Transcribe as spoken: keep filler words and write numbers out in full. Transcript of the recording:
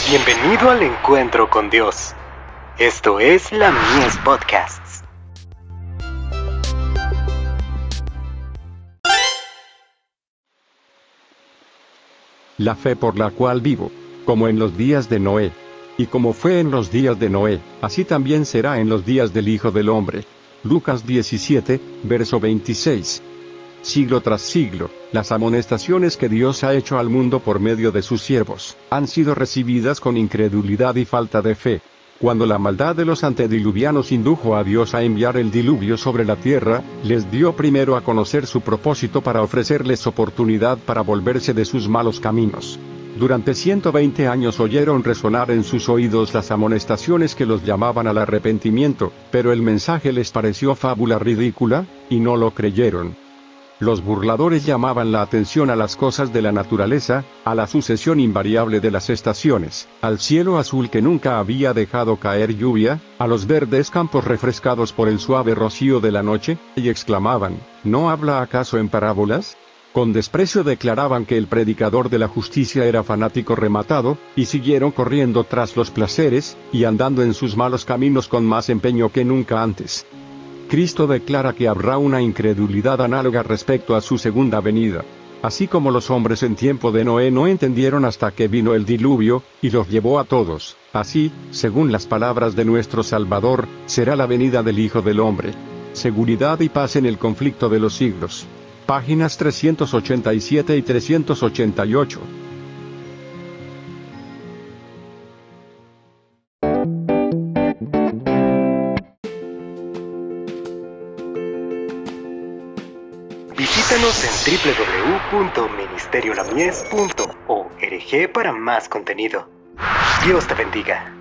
Bienvenido al encuentro con Dios. Esto es la Mies Podcasts. La fe por la cual vivo, como en los días de Noé. Y como fue en los días de Noé, así también será en los días del Hijo del Hombre. Lucas diecisiete, verso veintiséis. Siglo tras siglo, las amonestaciones que Dios ha hecho al mundo por medio de sus siervos, han sido recibidas con incredulidad y falta de fe. Cuando la maldad de los antediluvianos indujo a Dios a enviar el diluvio sobre la tierra, les dio primero a conocer su propósito para ofrecerles oportunidad para volverse de sus malos caminos. Durante ciento veinte años oyeron resonar en sus oídos las amonestaciones que los llamaban al arrepentimiento, pero el mensaje les pareció fábula ridícula, y no lo creyeron. Los burladores llamaban la atención a las cosas de la naturaleza, a la sucesión invariable de las estaciones, al cielo azul que nunca había dejado caer lluvia, a los verdes campos refrescados por el suave rocío de la noche, y exclamaban, ¿no habla acaso en parábolas? Con desprecio declaraban que el predicador de la justicia era fanático rematado, y siguieron corriendo tras los placeres, y andando en sus malos caminos con más empeño que nunca antes. Cristo declara que habrá una incredulidad análoga respecto a su segunda venida. Así como los hombres en tiempo de Noé no entendieron hasta que vino el diluvio, y los llevó a todos, así, según las palabras de nuestro Salvador, será la venida del Hijo del Hombre. Seguridad y paz en el conflicto de los siglos. Páginas trescientos ochenta y siete y trescientos ochenta y ocho. Visítanos en doble u doble u doble u punto ministerio la mies punto org para más contenido. Dios te bendiga.